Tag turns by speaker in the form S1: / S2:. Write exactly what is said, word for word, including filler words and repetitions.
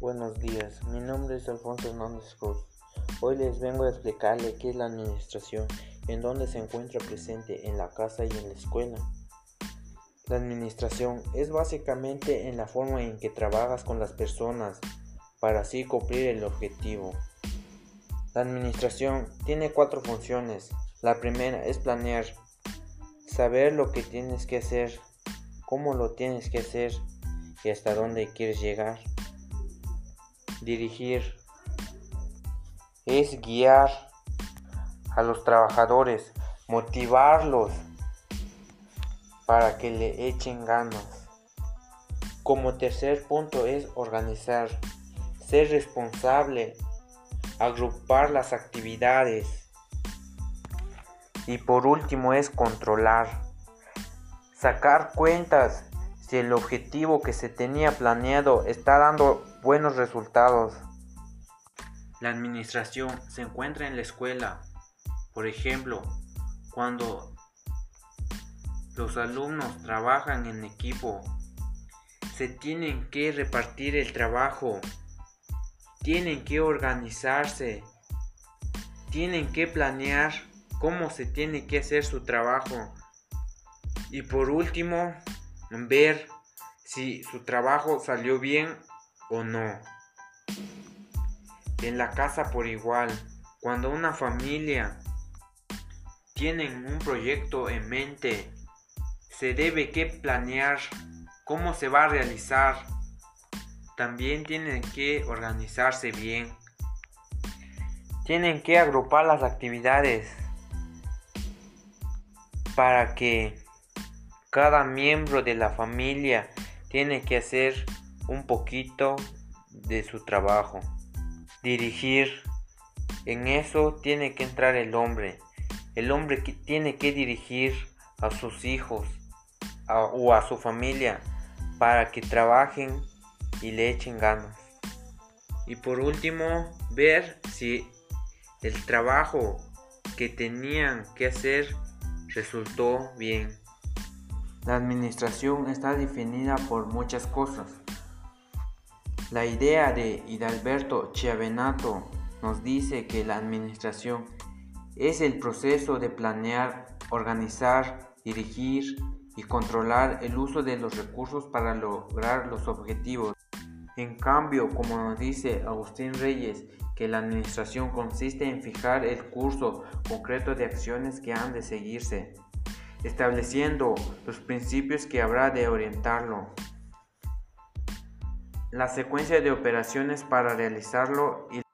S1: buenos días. Mi nombre es Alfonso Hernández Cruz. Hoy les vengo a explicarle qué es la administración, en dónde se encuentra presente en la casa y en la escuela. La administración es básicamente en la forma en que trabajas con las personas para así cumplir el objetivo. La administración tiene cuatro funciones. La primera es planear, saber lo que tienes que hacer, cómo lo tienes que hacer y hasta dónde quieres llegar. Dirigir es guiar a los trabajadores, motivarlos para que le echen ganas. Como tercer punto es organizar, ser responsable, agrupar las actividades. Y por último es controlar, sacar cuentas si el objetivo que se tenía planeado está dando buenos resultados. La administración se encuentra en la escuela. Por ejemplo, cuando los alumnos trabajan en equipo, se tienen que repartir el trabajo, tienen que organizarse, tienen que planear cómo se tiene que hacer su trabajo. Y por último, ver si su trabajo salió bien o no. En la casa por igual, cuando una familia tiene un proyecto en mente, se debe que planear cómo se va a realizar. También tienen que organizarse bien. Tienen que agrupar las actividades para que cada miembro de la familia tiene que hacer un poquito de su trabajo. Dirigir, en eso tiene que entrar el hombre. El hombre que tiene que dirigir a sus hijos a, o a su familia para que trabajen y le echen ganas. Y por último, ver si el trabajo que tenían que hacer resultó bien. La administración está definida por muchas cosas. La idea de Hidalberto Chiavenato nos dice que la administración es el proceso de planear, organizar, dirigir y controlar el uso de los recursos para lograr los objetivos. En cambio, como nos dice Agustín Reyes, que la administración consiste en fijar el curso concreto de acciones que han de seguirse, estableciendo los principios que habrá de orientarlo, la secuencia de operaciones para realizarlo y